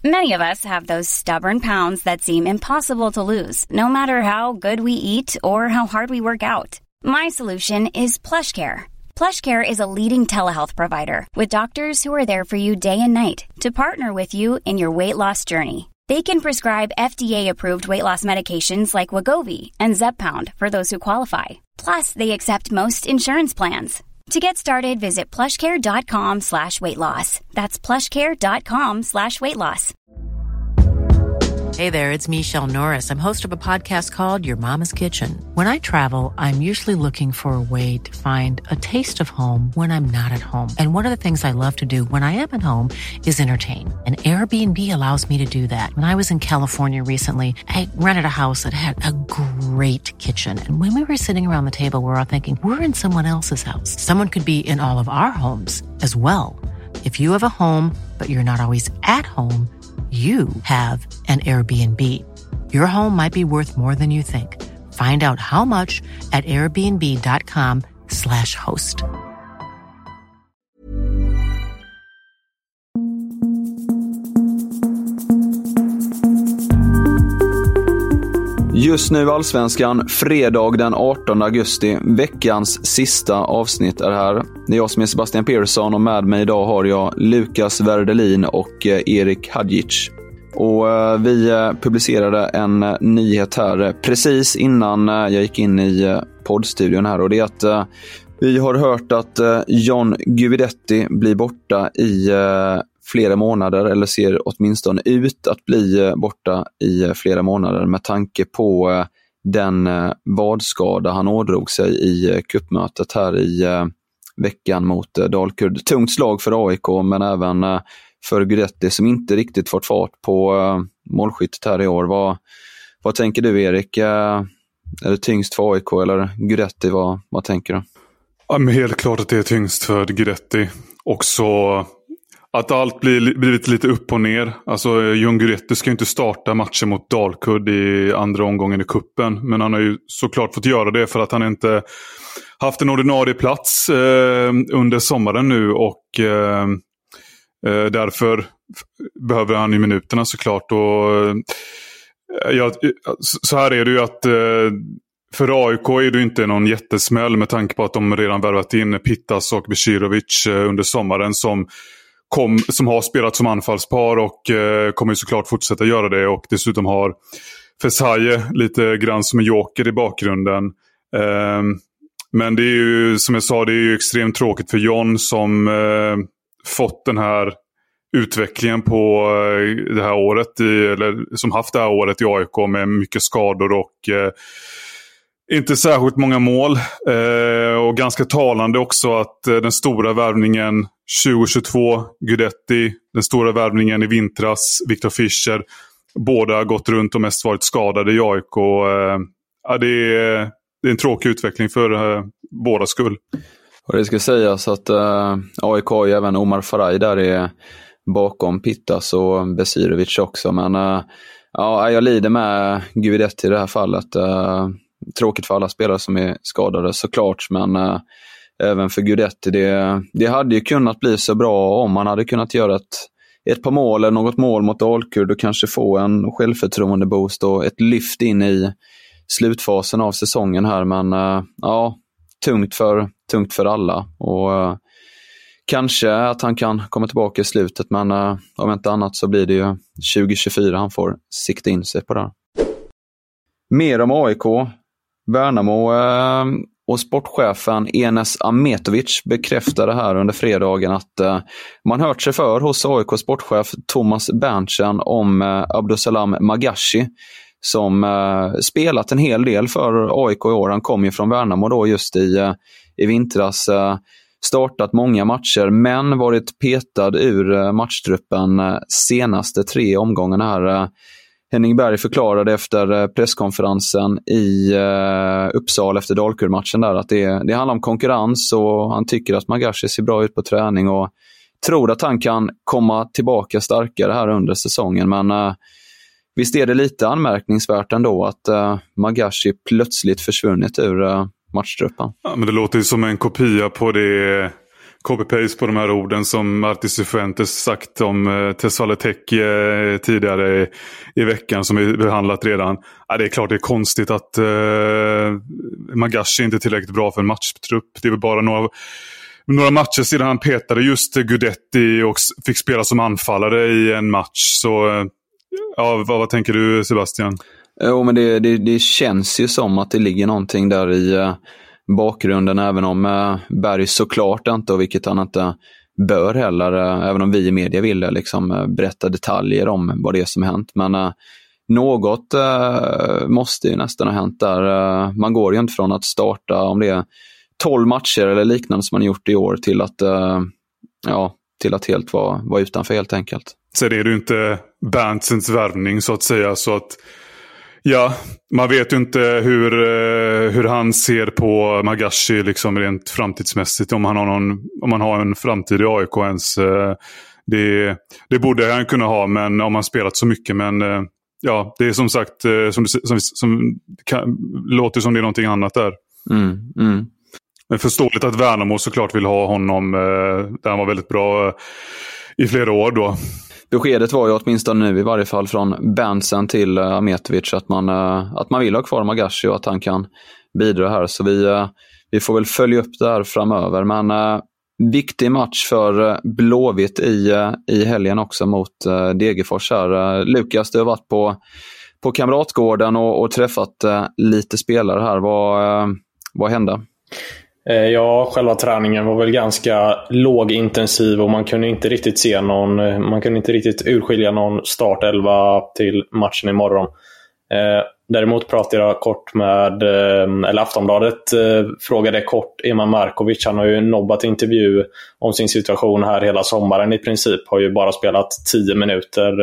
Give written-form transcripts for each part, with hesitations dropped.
Many of us have those stubborn pounds that seem impossible to lose, no matter how good we eat or how hard we work out. My solution is PlushCare. PlushCare is a leading telehealth provider with doctors who are there for you day and night to partner with you in your weight loss journey. They can prescribe FDA-approved weight loss medications like Wegovy and Zepbound for those who qualify. Plus, they accept most insurance plans. To get started, visit plushcare.com/weightloss. That's plushcare.com/weightloss. Hey there, it's Michelle Norris. I'm host of a podcast called Your Mama's Kitchen. When I travel, I'm usually looking for a way to find a taste of home when I'm not at home. And one of the things I love to do when I am at home is entertain. And Airbnb allows me to do that. When I was in California recently, I rented a house that had a great kitchen. And when we were sitting around the table, we were all thinking, we're in someone else's house. Someone could be in all of our homes as well. If you have a home, but you're not always at home, you have an Airbnb. Your home might be worth more than you think. Find out how much at airbnb.com/host. Just nu Allsvenskan, fredag den 18 augusti. Veckans sista avsnitt är här. Det är jag som är Sebastian Persson och med mig idag har jag Lukas Werdelin och Erik Hadjic. Och vi publicerade en nyhet här precis innan jag gick in i poddstudion här. Och det är att vi har hört att John Guidetti blir borta i flera månader, eller ser åtminstone ut att bli borta i flera månader med tanke på den vadskada han ådrog sig i cupmötet här i veckan mot Dalkurd. Tungt slag för AIK men även för Guidetti som inte riktigt fått fart på målskyttet här i år. Vad tänker du, Erik? Är det tyngst för AIK eller Guidetti? Vad tänker du? Ja, men helt klart att det är tyngst för Guidetti. Också att allt blivit lite upp och ner. Alltså John Guidetti ska ju inte starta matchen mot Dalkurd i andra omgången i kuppen. Men han har ju såklart fått göra det för att han inte haft en ordinarie plats under sommaren nu. Och därför behöver han ju minuterna såklart. Och så här är det ju att för AIK är det inte någon jättesmäll med tanke på att de redan värvat in Pittas och Beširović under sommaren som har spelat som anfallspar och kommer ju såklart fortsätta göra det. Och dessutom har Fesaie lite grann som en joker i bakgrunden. Men det är ju, som jag sa, det är ju extremt tråkigt för John som fått den här utvecklingen på det här året eller som haft det här året i AIK med mycket skador och inte särskilt många mål. Och ganska talande också att den stora värvningen 2022, Guidetti, den stora värvningen i vintras, Viktor Fischer, båda har gått runt och mest varit skadade i AIK. Ja, det är en tråkig utveckling för båda skull. Och det ska sägas att AIK har ju även Omar Faraj där är bakom Pittas och Beširović också. Men ja, jag lider med Guidetti i det här fallet. Tråkigt för alla spelare som är skadade såklart, men även för Guidetti. Det hade ju kunnat bli så bra om man hade kunnat göra ett par mål eller något mål mot Dalkurd och kanske få en självförtroende-boost och ett lyft in i slutfasen av säsongen här. Men ja, tungt för alla och kanske att han kan komma tillbaka i slutet, men om inte annat så blir det ju 2024 han får sikta in sig på det. Mer om AIK. Värnamo och sportchefen Enes Ametovic bekräftade här under fredagen att man hört sig för hos AIK sportchef Thomas Berntsen om Abdusalam Magashi som spelat en hel del för AIK i år. Han kom ju från Värnamo då just i vintras, startat många matcher men varit petad ur matchtruppen senaste 3 omgångarna här. Henning Berg förklarade efter presskonferensen i Uppsala efter Dalkurd-matchen där att det handlar om konkurrens och han tycker att Magashi ser bra ut på träning och tror att han kan komma tillbaka starkare här under säsongen. Men visst är det lite anmärkningsvärt ändå att Magashi plötsligt försvunnit ur matchtruppen. Ja, men det låter ju som en kopia på det copy-paste på de här orden som Marti Cifuentes sagt om Tesfallet tidigare i veckan som vi behandlat redan. Ja, det är klart det är konstigt att Magashi inte är tillräckligt bra för en matchtrupp. Det är väl bara några matcher sedan han petade just Gudetti och fick spela som anfallare i en match. Så ja, vad tänker du, Sebastian? Jo, men det känns ju som att det ligger någonting där i bakgrunden, även om Berg såklart inte, och vilket han inte bör heller, även om vi i media ville liksom berätta detaljer om vad det är som har hänt. Men något måste ju nästan ha hänt där. Man går ju inte från att starta, om det är 12 matcher eller liknande som man gjort i år, till att helt vara utanför helt enkelt. Så det är ju inte Berntsens värvning så att säga, så att ja, man vet ju inte hur han ser på Magashi liksom rent framtidsmässigt, om han har en framtid i AIK ens. Det borde han kunna ha, men om han spelat så mycket, men ja, det är som sagt låter som det är någonting annat där. Men förståeligt att Värnamo såklart vill ha honom, där han var väldigt bra i flera år då. Beskedet var ju åtminstone nu i varje fall från Bentsen till Ahmetovic att man vill ha kvar Magashi och att han kan bidra här. Så vi får väl följa upp det här framöver. Men viktig match för Blåvitt i helgen också mot Degerfors här. Lukas, du har varit på Kamratgården och träffat lite spelare här. Vad hände? Ja, själva träningen var väl ganska lågintensiv och man kunde inte riktigt urskilja någon startelva till matchen imorgon. Däremot pratade jag kort med, eller Aftonbladet frågade kort Eman Markovic. Han har ju nobbat intervju om sin situation här hela sommaren i princip. Har ju bara spelat 10 minuter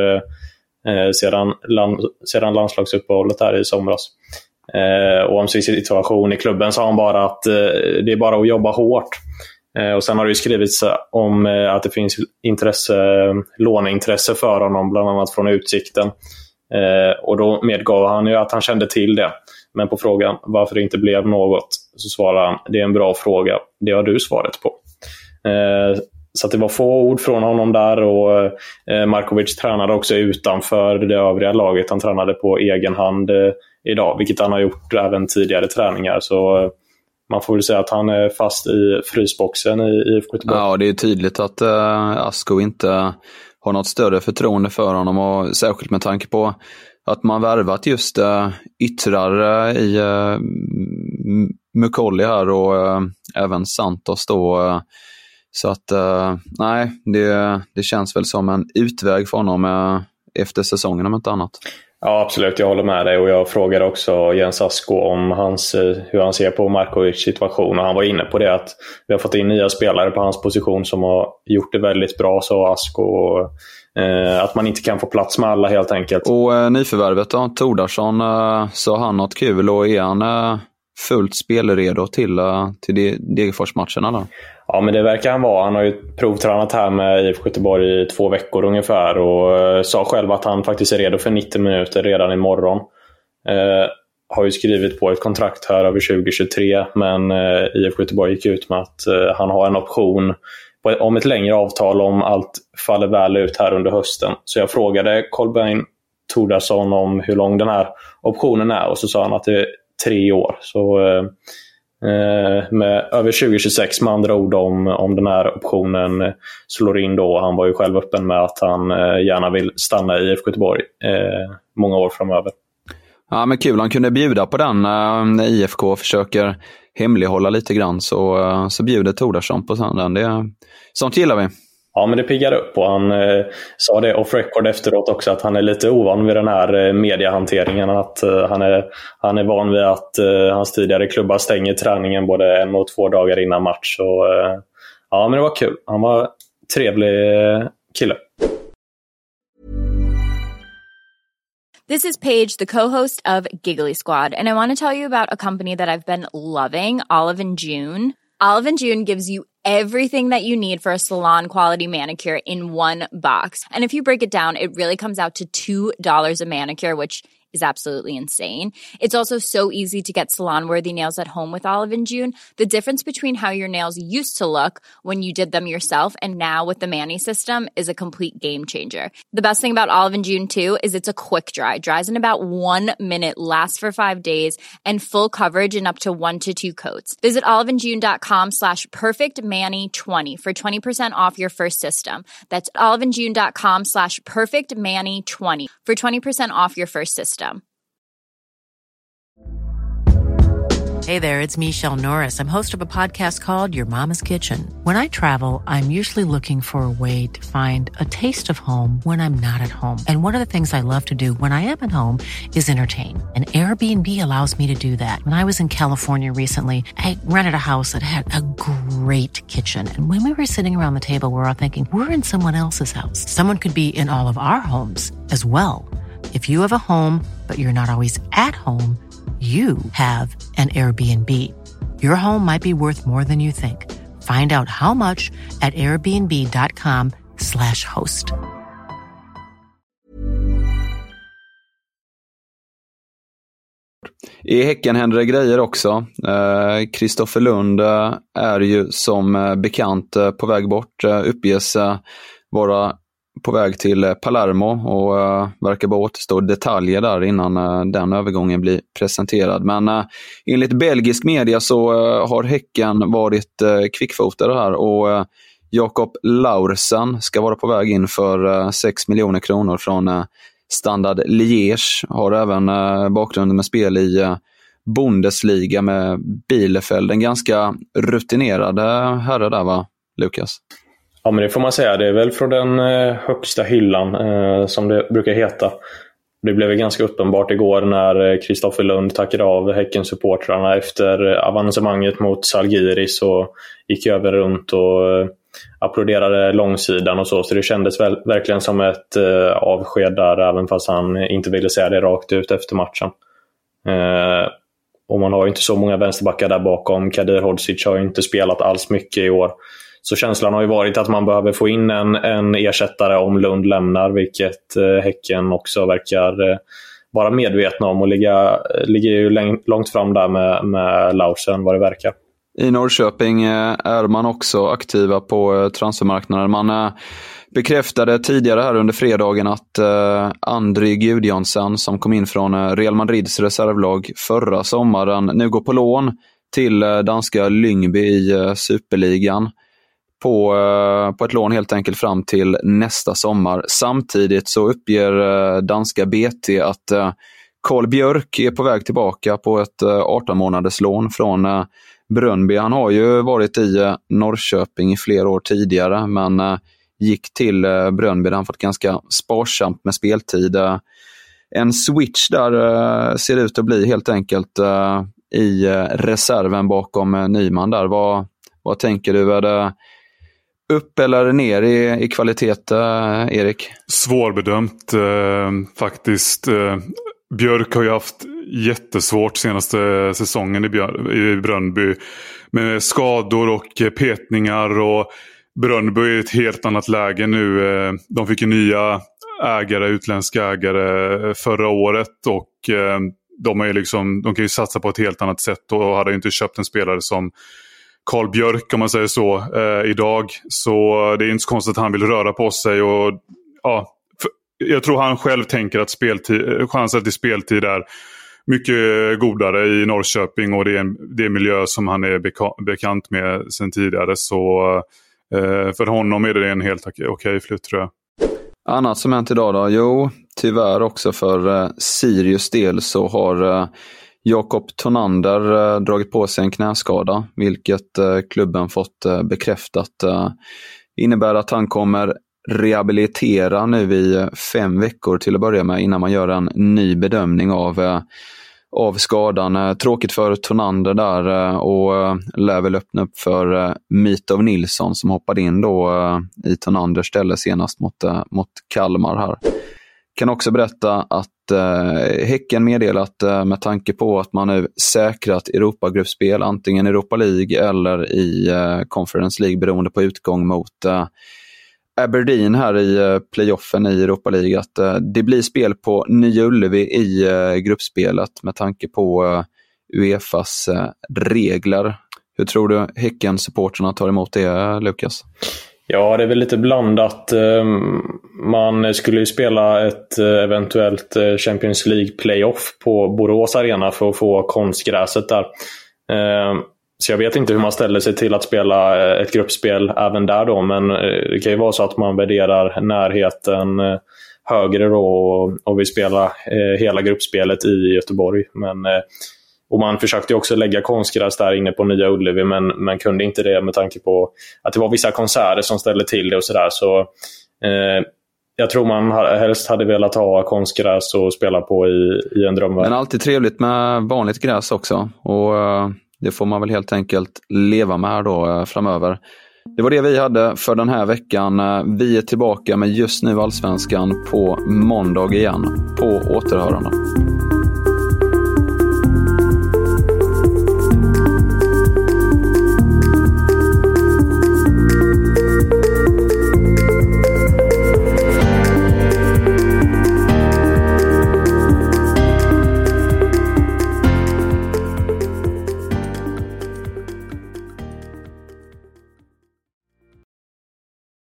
sedan landslagsuppehållet här i somras. Och om sin situation i klubben sa han bara att det är bara att jobba hårt. Och sen har det ju skrivits om att det finns låneintresse för honom, bland annat från Utsikten. Och då medgav han ju att han kände till det. Men på frågan varför det inte blev något så svarade han: det är en bra fråga, det har du svaret på. Så att det var få ord från honom där. Och Markovic tränade också utanför det övriga laget. Han tränade på egen hand idag, vilket han har gjort även tidigare träningar. Så man får väl säga att han är fast i frysboxen i IFK Göteborg. Ja, det är tydligt att Asko inte har något större förtroende för honom, och särskilt med tanke på att man värvat just yttrar i Mukolli här och även Santos då. Så att nej, det känns väl som en utväg för honom efter säsongen om inte annat. Ja, absolut, jag håller med dig, och jag frågade också Jens Asko om hur han ser på Markovics situation, och han var inne på det att vi har fått in nya spelare på hans position som har gjort det väldigt bra, så Asko, och att man inte kan få plats med alla helt enkelt. Och nyförvärvet då, Tordarsson, så har han något kul, och är han fullt spelredo till Degerfors-matchen eller? Ja, men det verkar han vara. Han har ju provtränat här med IFK Göteborg i 2 veckor ungefär, och sa själv att han faktiskt är redo för 90 minuter redan imorgon. Har ju skrivit på ett kontrakt här över 2023, men IFK Göteborg gick ut med att han har en option om ett längre avtal om allt faller väl ut här under hösten. Så jag frågade Kolbeinn Tordarsson om hur lång den här optionen är, och så sa han att det är 3 år. Så med över 2026 med andra ord, om den här optionen slår in då. Han var ju själv öppen med att han gärna vill stanna i IFK Göteborg många år framöver. Ja, men kul, han kunde bjuda på den när IFK försöker hemlighålla lite grann, så bjuder Tordarsson på den. Sånt gillar vi. Ja, men det piggar upp, och han sa det off record efteråt också, att han är lite ovan vid den här mediehanteringen, att han är van vid att hans tidigare klubbar stänger träningen både 1 och 2 dagar innan match. Och, ja, men det var kul. Han var trevlig kille. This is Paige, the co-host of Giggly Squad, and I want to tell you about a company that I've been loving, Olive & June. Olive & June gives you everything that you need for a salon-quality manicure in one box. And if you break it down, it really comes out to $2 a manicure, which is absolutely insane. It's also so easy to get salon-worthy nails at home with Olive & June. The difference between how your nails used to look when you did them yourself and now with the Mani system is a complete game changer. The best thing about Olive & June too is it's a quick dry. Dries in about 1 minute, lasts for 5 days, and full coverage in up to 1 to 2 coats. Visit oliveandjune.com/perfectmani20 for 20% off your first system. That's oliveandjune.com/perfectmani20 for 20% off your first system. Hey there, it's Michelle Norris. I'm host of a podcast called Your Mama's Kitchen. When I travel, I'm usually looking for a way to find a taste of home when I'm not at home. And one of the things I love to do when I am at home is entertain. And Airbnb allows me to do that. When I was in California recently, I rented a house that had a great kitchen. And when we were sitting around the table, we were all thinking, we're in someone else's house. Someone could be in all of our homes as well. If you have a home, but you're not always at home, you have an Airbnb. Your home might be worth more than you think. Find out how much at airbnb.com/host. I Häcken händer det grejer också. Kristoffer Lund är ju som bekant på väg bort. Uppges vara på väg till Palermo och verkar bara återstå detaljer där innan den övergången blir presenterad. Men enligt belgisk media så har Häcken varit kvickfotade här och Jakob Laursen ska vara på väg in för 6 miljoner kronor från Standard Liège. Har även bakgrunden med spel i Bundesliga med Bielefeld. En ganska rutinerad herre där, va, Lukas? Ja, men det får man säga. Det är väl från den högsta hyllan som det brukar heta. Det blev ganska uppenbart igår när Kristoffer Lund tackade av Häcken-supportrarna efter avancemanget mot Zalgiris och gick över runt och applåderade långsidan och så. Så det kändes verkligen som ett avsked där, även fast han inte ville säga det rakt ut efter matchen. Och man har ju inte så många vänsterbackar där bakom. Kadir Hodzic har ju inte spelat alls mycket i år. Så känslan har ju varit att man behöver få in en ersättare om Lund lämnar, vilket Häcken också verkar vara medvetna om och ligger ju långt fram där med Laursen vad det verkar. I Norrköping är man också aktiva på transfermarknaden. Man bekräftade tidigare här under fredagen att André Gudjonsson, som kom in från Real Madrids reservlag förra sommaren, nu går på lån till danska Lyngby i Superligan. På ett lån helt enkelt fram till nästa sommar. Samtidigt så uppger danska BT att Carl Björk är på väg tillbaka på ett 18 månaders lån från Brøndby. Han har ju varit i Norrköping i flera år tidigare, men gick till Brøndby där han fått ganska sparsamt med speltid. En switch där ser ut att bli helt enkelt i reserven bakom Nyman där. Vad tänker du? Är det upp eller ner i kvalitet, Erik? Svårbedömt faktiskt. Björk har ju haft jättesvårt senaste säsongen i Brøndby med skador och petningar, och Brøndby är ett helt annat läge nu. De fick ju nya utländska ägare förra året, och de kan ju satsa på ett helt annat sätt, och hade inte köpt en spelare som Carl Björk, om man säger så, idag. Så det är inte så konstigt att han vill röra på sig, och ja, jag tror han själv tänker att chansen till speltid är mycket godare i Norrköping, och det är en miljö som han är bekant med sedan tidigare, så för honom är det en helt okej flytt, tror jag. Annat som hänt idag då? Jo, tyvärr också för Sirius del så har Jakob Tonander dragit på sig en knäskada, vilket klubben fått bekräftat. Innebär att han kommer rehabilitera nu i 5 veckor till att börja med, innan man gör en ny bedömning av skadan. Tråkigt för Tonander där, och lär väl öppna upp för Mitov Nilsson som hoppade in då i Tonanders ställe senast mot Kalmar här. Kan också berätta att Häcken meddelat med tanke på att man nu säkrat Europagruppspel, antingen Europa League eller i Conference League beroende på utgång mot Aberdeen här i playoffen i Europa League att det blir spel på Nya Ullevi i gruppspelet med tanke på UEFAs regler. Hur tror du Häcken-supporterna tar emot det, Lukas? Ja, det är väl lite blandat. Man skulle ju spela ett eventuellt Champions League playoff på Borås Arena för att få konstgräset där. Så jag vet inte hur man ställer sig till att spela ett gruppspel även där då, men det kan ju vara så att man värderar närheten högre då och vill spela hela gruppspelet i Göteborg. Och man försökte också lägga konstgräs där inne på Nya Ullevi, men kunde inte det med tanke på att det var vissa konserter som ställde till det och sådär. Så jag tror man helst hade velat ha konstgräs och spela på i en drömvärld. Men alltid trevligt med vanligt gräs också, och det får man väl helt enkelt leva med då framöver. Det var det vi hade för den här veckan. Vi är tillbaka med Just nu Allsvenskan på måndag igen. På återhörande.